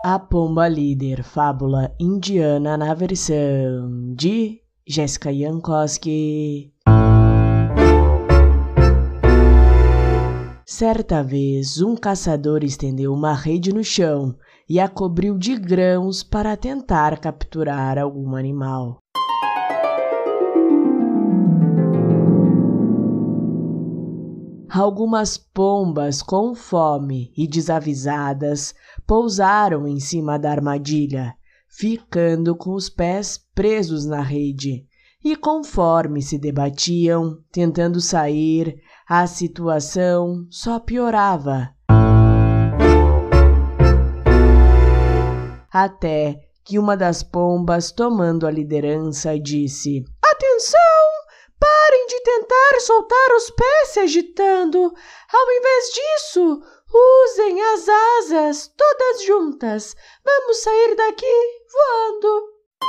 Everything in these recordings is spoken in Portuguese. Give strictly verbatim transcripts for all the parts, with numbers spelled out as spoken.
A Pomba Líder, fábula indiana na versão de Jéssica Jankowski. Certa vez, um caçador estendeu uma rede no chão e a cobriu de grãos para tentar capturar algum animal. Algumas pombas com fome e desavisadas pousaram em cima da armadilha, ficando com os pés presos na rede. E conforme se debatiam, tentando sair, a situação só piorava. Até que uma das pombas, tomando a liderança, disse: "Atenção! Parem de tentar soltar os pés se agitando. Ao invés disso, usem as asas todas juntas. Vamos sair daqui voando."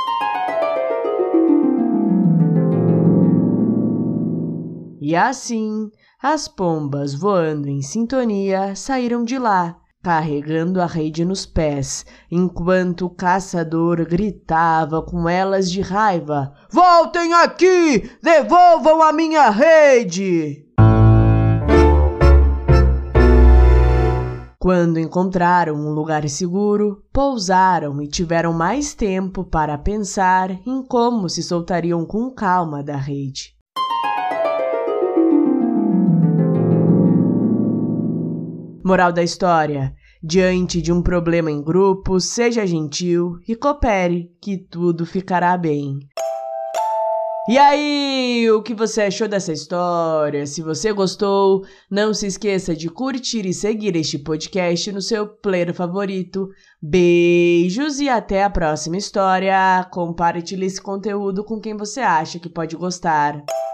E assim, as pombas, voando em sintonia, saíram de lá, carregando a rede nos pés, enquanto o caçador gritava com elas de raiva: "Voltem aqui! Devolvam a minha rede!" Quando encontraram um lugar seguro, pousaram e tiveram mais tempo para pensar em como se soltariam com calma da rede. Moral da história: diante de um problema em grupo, seja gentil e coopere, que tudo ficará bem. E aí, o que você achou dessa história? Se você gostou, não se esqueça de curtir e seguir este podcast no seu player favorito. Beijos e até a próxima história. Compartilhe esse conteúdo com quem você acha que pode gostar.